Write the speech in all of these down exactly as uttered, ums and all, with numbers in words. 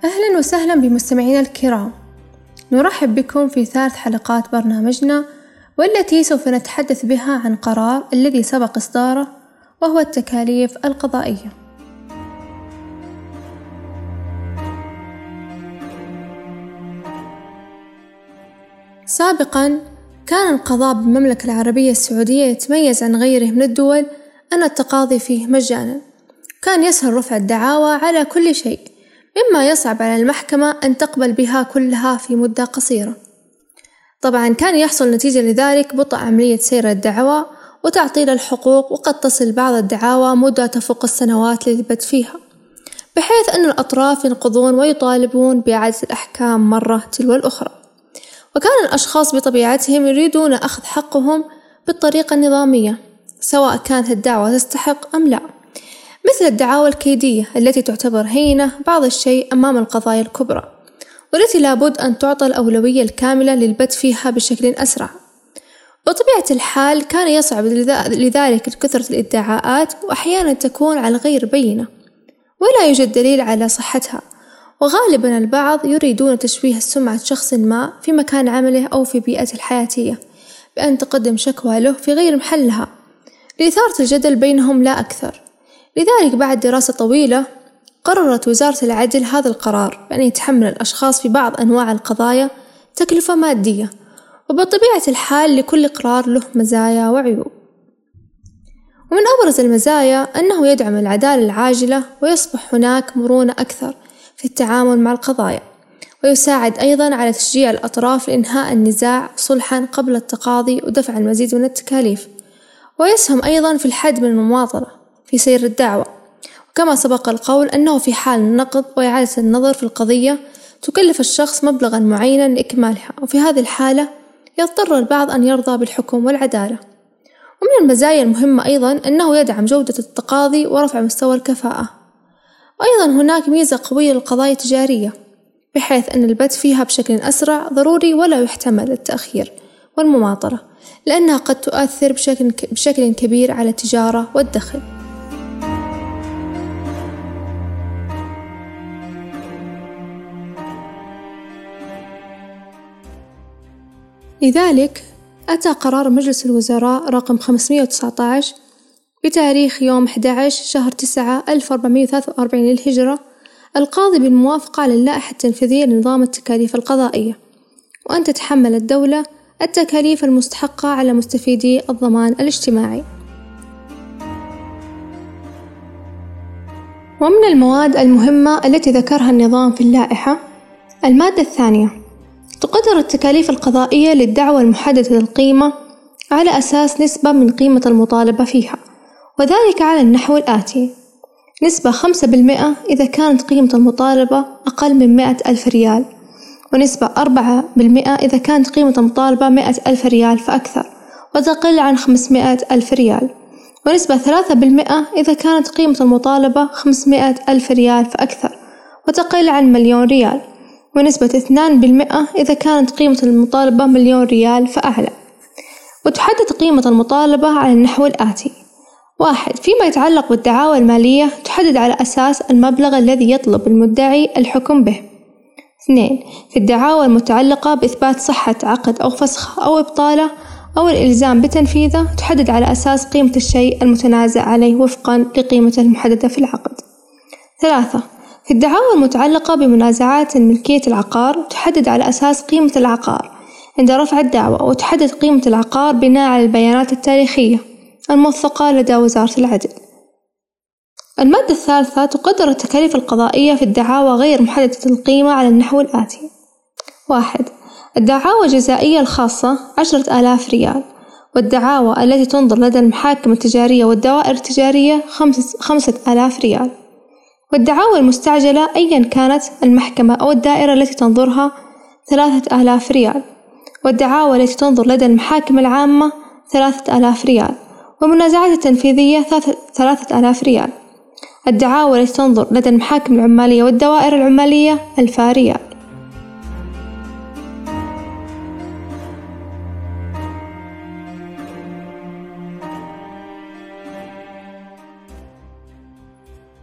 أهلا وسهلا بمستمعينا الكرام، نرحب بكم في ثالث حلقات برنامجنا، والتي سوف نتحدث بها عن قرار الذي سبق إصداره وهو التكاليف القضائية. سابقا كان القضاء بالمملكة العربية السعودية يتميز عن غيره من الدول أن التقاضي فيه مجانا، كان يسهل رفع الدعاوى على كل شيء، مما يصعب على المحكمة أن تقبل بها كلها في مدة قصيرة. طبعا كان يحصل نتيجة لذلك بطء عملية سير الدعوى وتعطيل الحقوق، وقد تصل بعض الدعاوى مدة تفوق السنوات اللي ثبت فيها، بحيث أن الأطراف ينقضون ويطالبون بإعادة الأحكام مرة تلو الأخرى. وكان الأشخاص بطبيعتهم يريدون أخذ حقهم بالطريقة النظامية، سواء كانت الدعوة تستحق أم لا، مثل الدعاوى الكيدية التي تعتبر هينة بعض الشيء أمام القضايا الكبرى، والتي لابد أن تعطى الأولوية الكاملة للبت فيها بشكل أسرع. وطبيعة الحال كان يصعب لذلك كثرة الادعاءات، وأحيانا تكون على غير بينة ولا يوجد دليل على صحتها، وغالبا البعض يريدون تشويه سمعة شخص ما في مكان عمله أو في بيئته الحياتية بأن تقدم شكوى له في غير محلها لإثارة الجدل بينهم لا أكثر. لذلك بعد دراسة طويلة قررت وزارة العدل هذا القرار بأن يتحمل الأشخاص في بعض أنواع القضايا تكلفة مادية، وبطبيعة الحال لكل قرار له مزايا وعيوب. ومن أبرز المزايا أنه يدعم العدالة العاجلة، ويصبح هناك مرونة أكثر في التعامل مع القضايا، ويساعد أيضا على تشجيع الأطراف لإنهاء النزاع صلحا قبل التقاضي ودفع المزيد من التكاليف، ويسهم أيضا في الحد من المماطلة في سير الدعوة. وكما سبق القول أنه في حال النقض وإعادة النظر في القضية تكلف الشخص مبلغا معينا لإكمالها، وفي هذه الحالة يضطر البعض أن يرضى بالحكم والعدالة. ومن المزايا المهمة أيضا أنه يدعم جودة التقاضي ورفع مستوى الكفاءة. وأيضا هناك ميزة قوية للقضايا التجارية، بحيث أن البت فيها بشكل أسرع ضروري ولا يحتمل التأخير والمماطلة، لأنها قد تؤثر بشكل, بشكل كبير على التجارة والدخل. لذلك أتى قرار مجلس الوزراء رقم خمسمائة وتسعة عشر بتاريخ يوم أحد عشر شهر تسعة ألف وأربعمائة وثلاثة وأربعين للهجرة القاضي بالموافقة على اللائحة التنفيذية لنظام التكاليف القضائية، وأن تتحمل الدولة التكاليف المستحقة على مستفيدي الضمان الاجتماعي. ومن المواد المهمة التي ذكرها النظام في اللائحة المادة الثانية: تقدر التكاليف القضائية للدعوى المحددة القيمة على أساس نسبة من قيمة المطالبة فيها، وذلك على النحو الآتي: نسبة خمسة بالمئة إذا كانت قيمة المطالبة أقل من مئة ألف ريال، ونسبة أربعة بالمئة إذا كانت قيمة المطالبة مئة ألف ريال فأكثر وتقل عن خمسمائة ألف ريال، ونسبة ثلاثة بالمئة إذا كانت قيمة المطالبة خمسمائة ألف ريال فأكثر وتقل عن مليون ريال، ونسبة اثنين بالمئة إذا كانت قيمة المطالبة مليون ريال فأعلى. وتحدد قيمة المطالبة على النحو الآتي: واحد، فيما يتعلق بالدعاوى المالية تحدد على أساس المبلغ الذي يطلب المدعي الحكم به. اثنين، في الدعاوى المتعلقة بإثبات صحة عقد أو فسخه أو إبطاله أو الإلزام بتنفيذه تحدد على أساس قيمة الشيء المتنازع عليه وفقا لقيمته المحددة في العقد. ثلاثة، في الدعاوى المتعلقة بمنازعات ملكية العقار تحدد على أساس قيمة العقار عند رفع الدعوى، وتحدد قيمة العقار بناء على البيانات التاريخية الموثقة لدى وزارة العدل. المادة الثالثة: تقدر التكاليف القضائية في الدعاوى غير محددة القيمة على النحو الآتي: واحد، الدعاوى الجزائية الخاصة عشرة آلاف ريال، والدعاوى التي تنظر لدى المحاكم التجارية والدوائر التجارية خمسة, خمسة آلاف ريال، والدعاوى المستعجلة أيا كانت المحكمة أو الدائرة التي تنظرها ثلاثة آلاف ريال، والدعاوى التي تنظر لدى المحاكم العامة ثلاثة آلاف ريال، والمنازعات التنفيذية ثلاثة آلاف ريال. الدعاوى التي تنظر لدى المحاكم العمالية والدوائر العمالية ألف ريال.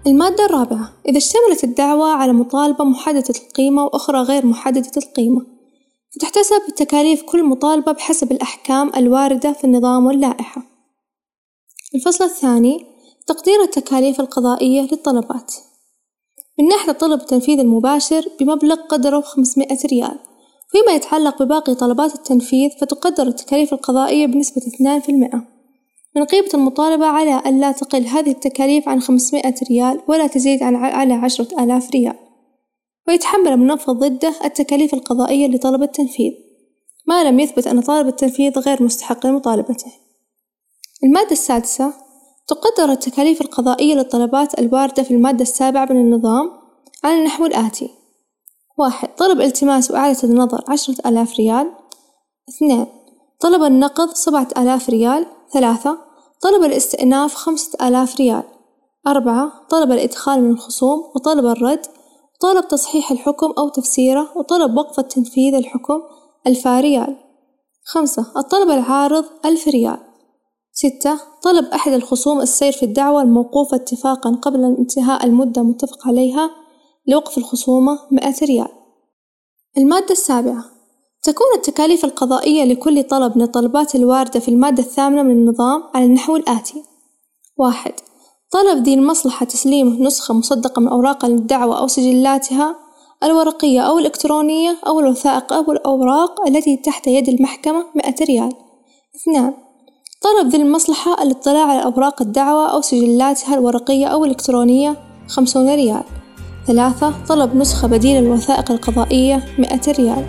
المادة الرابعة، إذا اشتملت الدعوى على مطالبة محددة القيمة وأخرى غير محددة القيمة، فتحتسب تكاليف كل مطالبة بحسب الأحكام الواردة في النظام واللائحة. الفصل الثاني، تقدير التكاليف القضائية للطلبات. من ناحية الطلب التنفيذ المباشر بمبلغ قدره خمسمائة ريال، فيما يتعلق بباقي طلبات التنفيذ فتقدر التكاليف القضائية بنسبة اثنين بالمئة من قيمة المطالبة على أن لا تقل هذه التكاليف عن خمسمائة ريال ولا تزيد عن على عشرة آلاف ريال، ويتحمل المنفذ ضده التكاليف القضائية لطلب التنفيذ ما لم يثبت أن طالب التنفيذ غير مستحق لمطالبته. المادة السادسة، تقدر التكاليف القضائية للطلبات الواردة في المادة السابعة من النظام على النحو الآتي: واحد، طلب التماس وإعادة النظر عشرة آلاف ريال. اثنين، طلب النقض سبعة آلاف ريال. ثلاثة، طلب الاستئناف خمسة آلاف ريال. أربعة، طلب الإدخال من الخصوم وطلب الرد وطلب تصحيح الحكم أو تفسيره وطلب وقف تنفيذ الحكم ألف ريال. خمسة، الطلب العارض ألف ريال. ستة، طلب أحد الخصوم السير في الدعوى الموقوفة اتفاقا قبل انتهاء المدة متفق عليها لوقف الخصومة مئة ريال. المادة السابعة، تكون التكاليف القضائية لكل طلب من الطلبات الواردة في المادة الثامنة من النظام على النحو الآتي: واحد، طلب ذي المصلحة تسليم نسخة مصدقة من أوراق الدعوة أو سجلاتها الورقية أو الإلكترونية أو الوثائق أو الأوراق التي تحت يد المحكمة مئة ريال. اثنان، طلب ذي المصلحة الاطلاع على أوراق الدعوة أو سجلاتها الورقية أو الإلكترونية خمسون ريال. ثلاثة، طلب نسخة بديلة للوثائق القضائية مئة ريال.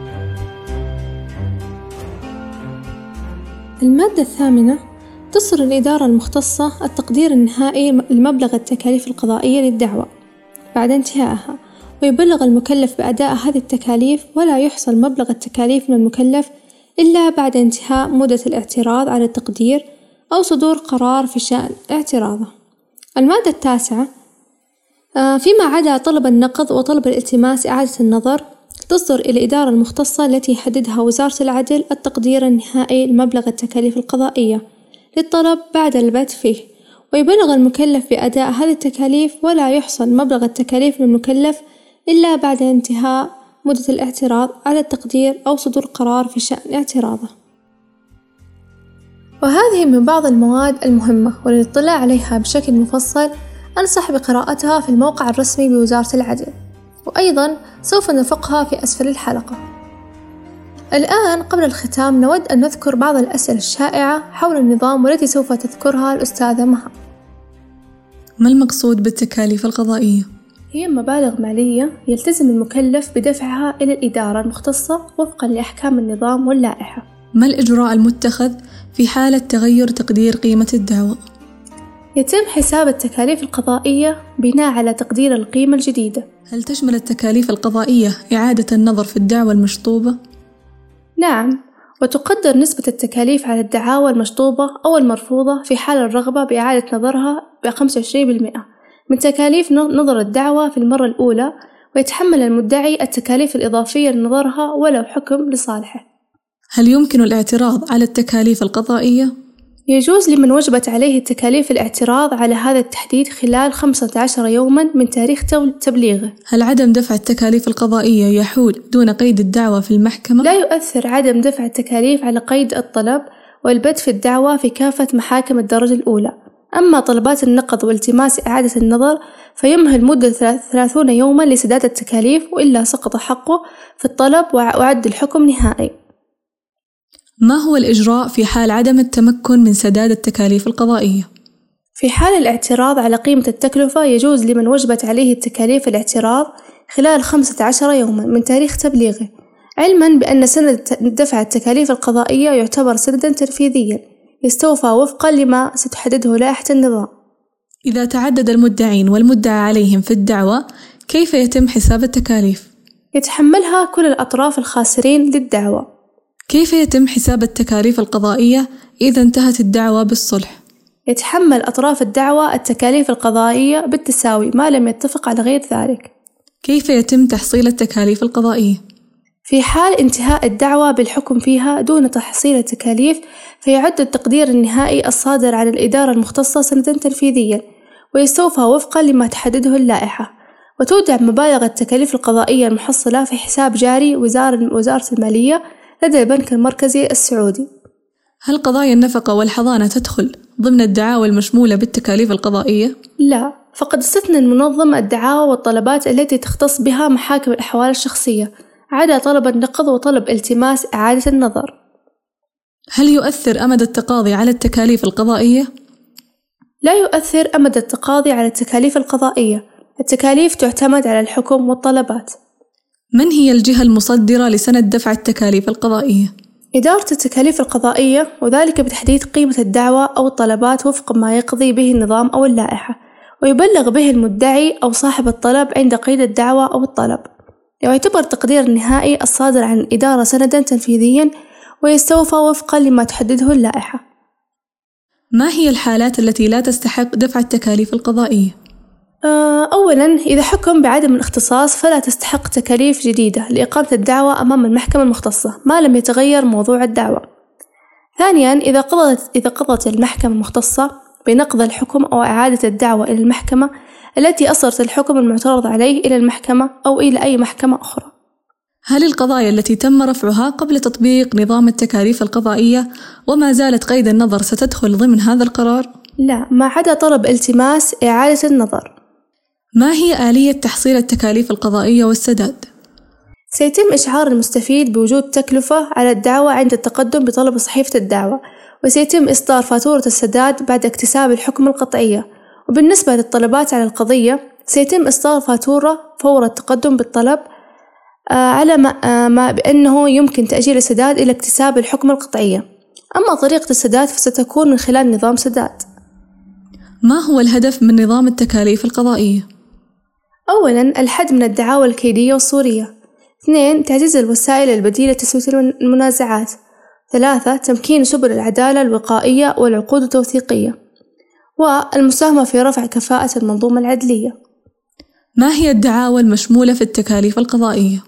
المادة الثامنة، تصدر الإدارة المختصة التقدير النهائي لمبلغ التكاليف القضائية للدعوة بعد انتهائها، ويبلغ المكلف بأداء هذه التكاليف، ولا يحصل مبلغ التكاليف من المكلف إلا بعد انتهاء مدة الاعتراض على التقدير أو صدور قرار في شأن اعتراضه. المادة التاسعة، فيما عدا طلب النقض وطلب الالتماس إعادة النظر، تصدر إلى الإدارة المختصة التي يحددها وزارة العدل التقدير النهائي لمبلغ التكاليف القضائية للطلب بعد البت فيه، ويبلغ المكلف بأداء هذه التكاليف، ولا يحصل مبلغ التكاليف من المكلف إلا بعد انتهاء مدة الاعتراض على التقدير أو صدور قرار في شأن اعتراضه. وهذه من بعض المواد المهمة وللاطلاع عليها بشكل مفصل أنصح بقراءتها في الموقع الرسمي بوزارة العدل، وأيضا سوف نرفقها في أسفل الحلقة. الآن قبل الختام نود أن نذكر بعض الأسئلة الشائعة حول النظام والتي سوف تذكرها الأستاذة مها. ما المقصود بالتكاليف القضائية؟ هي مبالغ مالية يلتزم المكلف بدفعها إلى الإدارة المختصة وفقا لأحكام النظام واللائحة. ما الإجراء المتخذ في حالة تغير تقدير قيمة الدعوة؟ يتم حساب التكاليف القضائية بناء على تقدير القيمة الجديدة. هل تشمل التكاليف القضائية إعادة النظر في الدعوى المشطوبة؟ نعم، وتقدر نسبة التكاليف على الدعاوى المشطوبة أو المرفوضة في حال الرغبة بإعادة نظرها بخمسة وعشرين بالمئة من تكاليف نظر الدعوى في المرة الأولى، ويتحمل المدعي التكاليف الإضافية لنظرها ولو حكم لصالحه. هل يمكن الاعتراض على التكاليف القضائية؟ يجوز لمن وجبت عليه التكاليف الاعتراض على هذا التحديد خلال خمسة عشر يوما من تاريخ تبليغه. هل عدم دفع التكاليف القضائية يحول دون قيد الدعوة في المحكمة؟ لا يؤثر عدم دفع التكاليف على قيد الطلب والبت في الدعوة في كافة محاكم الدرجة الأولى. أما طلبات النقض والتماس إعادة النظر فيمهل مدة ثلاثون يوما لسداد التكاليف، وإلا سقط حقه في الطلب وعد الحكم نهائي. ما هو الإجراء في حال عدم التمكن من سداد التكاليف القضائية؟ في حال الاعتراض على قيمة التكلفة يجوز لمن وجبت عليه التكاليف الاعتراض خلال خمسة عشر يوما من تاريخ تبليغه، علما بأن سند دفع التكاليف القضائية يعتبر سندا تنفيذيا يستوفى وفقا لما ستحدده لائحة النظام. إذا تعدد المدعين والمدعى عليهم في الدعوة كيف يتم حساب التكاليف؟ يتحملها كل الأطراف الخاسرين للدعوة. كيف يتم حساب التكاليف القضائية إذا انتهت الدعوة بالصلح؟ يتحمل أطراف الدعوة التكاليف القضائية بالتساوي ما لم يتفق على غير ذلك. كيف يتم تحصيل التكاليف القضائية؟ في حال انتهاء الدعوة بالحكم فيها دون تحصيل التكاليف فيعد التقدير النهائي الصادر عن الإدارة المختصة سندا تنفيذيا، ويستوفى وفقا لما تحدده اللائحة، وتودع مبالغ التكاليف القضائية المحصلة في حساب جاري وزارة المالية لدى البنك المركزي السعودي. هل قضايا النفقة والحضانة تدخل ضمن الدعاوى المشمولة بالتكاليف القضائية؟ لا، فقد استثنى المنظم الدعاوى والطلبات التي تختص بها محاكم الأحوال الشخصية، عدا طلب النقض وطلب التماس إعادة النظر. هل يؤثر أمد التقاضي على التكاليف القضائية؟ لا يؤثر أمد التقاضي على التكاليف القضائية، التكاليف تعتمد على الحكم والطلبات. من هي الجهة المصدرة لسند دفع التكاليف القضائية؟ إدارة التكاليف القضائية، وذلك بتحديد قيمة الدعوى أو الطلبات وفق ما يقضي به النظام أو اللائحة، ويبلغ به المدعي أو صاحب الطلب عند قيد الدعوى أو الطلب، ويعتبر تقدير النهائي الصادر عن الإدارة سندا تنفيذيا، ويستوفى وفقا لما تحدده اللائحة. ما هي الحالات التي لا تستحق دفع التكاليف القضائية؟ أولاً، إذا حكم بعدم الاختصاص فلا تستحق تكاليف جديدة لإقامة الدعوى أمام المحكمة المختصة ما لم يتغير موضوع الدعوى. ثانياً، إذا قضت إذا قضت المحكمة المختصة بنقض الحكم أو إعادة الدعوى إلى المحكمة التي أصدرت الحكم المعترض عليه إلى المحكمة أو إلى أي محكمة أخرى. هل القضايا التي تم رفعها قبل تطبيق نظام التكاليف القضائية وما زالت قيد النظر ستدخل ضمن هذا القرار؟ لا، ما عدا طلب التماس إعادة النظر. ما هي آلية تحصيل التكاليف القضائية والسداد؟ سيتم إشعار المستفيد بوجود تكلفة على الدعوى عند التقدم بطلب صحيفة الدعوى، وسيتم إصدار فاتورة السداد بعد اكتساب الحكم القطعية. وبالنسبة للطلبات على القضية سيتم إصدار فاتورة فور التقدم بالطلب على ما, ما بأنه يمكن تأجيل السداد إلى اكتساب الحكم القطعية. أما طريقة السداد فستكون من خلال نظام سداد. ما هو الهدف من نظام التكاليف القضائية؟ أولاً، الحد من الدعاوى الكيدية والصورية. اثنين، تعزيز الوسائل البديلة لتسوية المنازعات. ثلاثة، تمكين سبل العدالة الوقائية والعقود التوثيقية. والمساهمة في رفع كفاءة المنظومة العدلية. ما هي الدعاوى المشمولة في التكاليف القضائية؟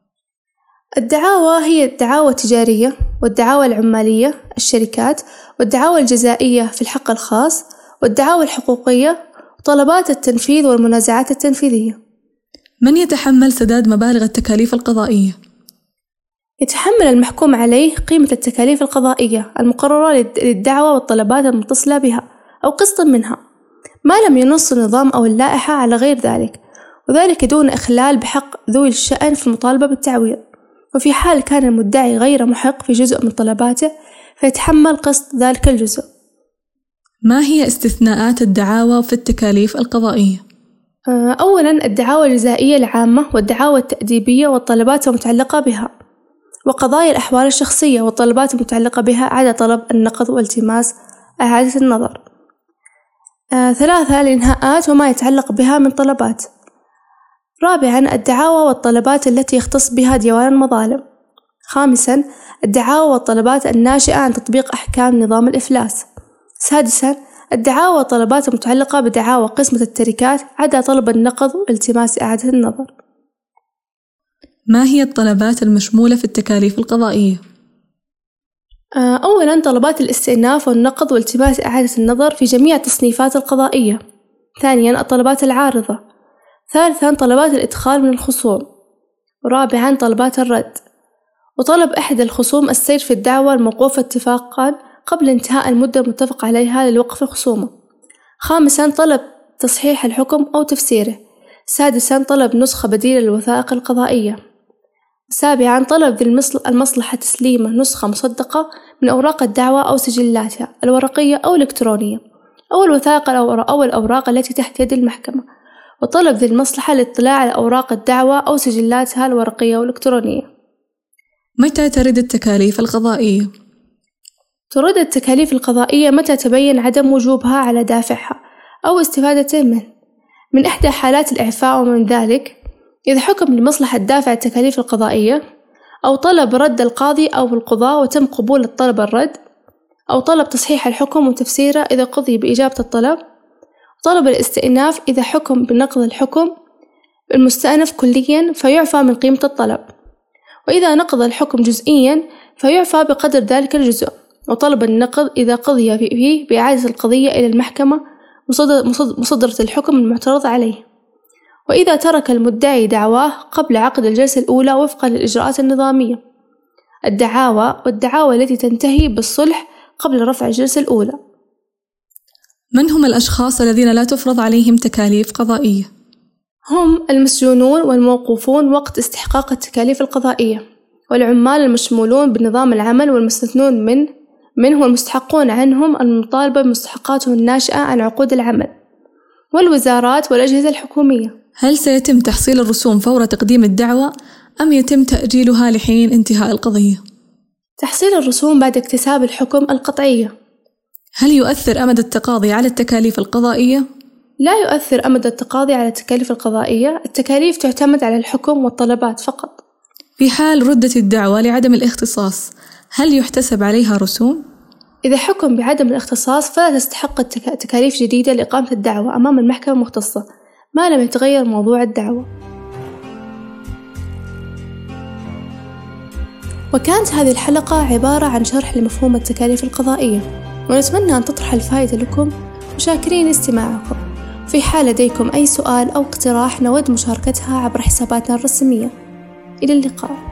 الدعاوى هي الدعاوى التجارية والدعاوى العمالية الشركات والدعاوى الجزائية في الحق الخاص والدعاوى الحقوقية وطلبات التنفيذ والمنازعات التنفيذية. من يتحمل سداد مبالغ التكاليف القضائية؟ يتحمل المحكوم عليه قيمة التكاليف القضائية المقررة للدعوى والطلبات المتصلة بها أو قسط منها ما لم ينص النظام أو اللائحة على غير ذلك، وذلك دون إخلال بحق ذوي الشأن في المطالبة بالتعويض. وفي حال كان المدعي غير محق في جزء من طلباته فيتحمل قسط ذلك الجزء. ما هي استثناءات الدعاوى في التكاليف القضائية؟ أولاً، الدعاوى الجزائية العامة والدعاوى التأديبية والطلبات المتعلقة بها، وقضايا الأحوال الشخصية والطلبات المتعلقة بها عدا طلب النقض والتماس إعادة النظر. آه، ثلاثة، الإنهاءات وما يتعلق بها من طلبات. رابعاً، الدعاوى والطلبات التي يختص بها ديوان المظالم. خامساً، الدعاوى والطلبات الناشئة عن تطبيق أحكام نظام الإفلاس. سادساً، الدعاوى والطلبات المتعلقة بدعاوى قسمة التركات عدا طلب النقض والتماس إعادة النظر. ما هي الطلبات المشمولة في التكاليف القضائية؟ أولاً، طلبات الاستئناف والنقض والتماس إعادة النظر في جميع التصنيفات القضائية. ثانياً، الطلبات العارضة. ثالثاً، طلبات الإدخال من الخصوم. رابعاً، طلبات الرد، وطلب أحد الخصوم السير في الدعوى الموقوفة اتفاقاً قبل انتهاء المدة المتفق عليها للوقف الخصومة. خامساً، طلب تصحيح الحكم أو تفسيره. سادساً، طلب نسخة بديلة للوثائق القضائية. سابعاً، طلب ذي المصلحة تسليمه نسخة مصدقة من أوراق الدعوى أو سجلاتها الورقية أو الإلكترونية أو الوثائق أو الأوراق التي تحت يد المحكمة، وطلب ذي المصلحة الاطلاع على أوراق الدعوى أو سجلاتها الورقية والإلكترونية. متى ترد التكاليف القضائية؟ ترد التكاليف القضائية متى تبين عدم وجوبها على دافعها أو استفادته منه من إحدى حالات الإعفاء، ومن ذلك إذا حكم لمصلحة دافع التكاليف القضائية، أو طلب رد القاضي أو القضاء وتم قبول الطلب الرد، أو طلب تصحيح الحكم وتفسيره إذا قضي بإجابة الطلب، طلب الاستئناف إذا حكم بنقض الحكم المستأنف كليا فيعفى من قيمة الطلب، وإذا نقض الحكم جزئيا فيعفى بقدر ذلك الجزء، وطلب النقض إذا قضي فيه بإعادة القضية إلى المحكمة مصدرة الحكم المعترض عليه. وإذا ترك المدعي دعواه قبل عقد الجلسة الأولى وفقا للإجراءات النظامية. الدعاوى والدعاوى التي تنتهي بالصلح قبل رفع الجلسة الأولى. من هم الأشخاص الذين لا تفرض عليهم تكاليف قضائية؟ هم المسجونون والموقوفون وقت استحقاق التكاليف القضائية، والعمال المشمولون بنظام العمل والمستثنون منه منه والمستحقون عنهم المطالبة بمستحقاتهم الناشئة عن عقود العمل، والوزارات والأجهزة الحكومية. هل سيتم تحصيل الرسوم فور تقديم الدعوى أم يتم تأجيلها لحين انتهاء القضية؟ تحصيل الرسوم بعد اكتساب الحكم القطعية. هل يؤثر أمد التقاضي على التكاليف القضائية؟ لا يؤثر أمد التقاضي على التكاليف القضائية، التكاليف تعتمد على الحكم والطلبات فقط. في حال ردت الدعوى لعدم الاختصاص، هل يحتسب عليها رسوم؟ إذا حكم بعدم الاختصاص فلا تستحق تكاليف جديدة لإقامة الدعوى أمام المحكمة المختصة ما لم يتغير موضوع الدعوة. وكانت هذه الحلقة عبارة عن شرح لمفهوم التكاليف القضائية، ونتمنى أن تطرح الفائدة لكم، وشاكرين استماعكم. في حال لديكم أي سؤال أو اقتراح نود مشاركتها عبر حساباتنا الرسمية. إلى اللقاء.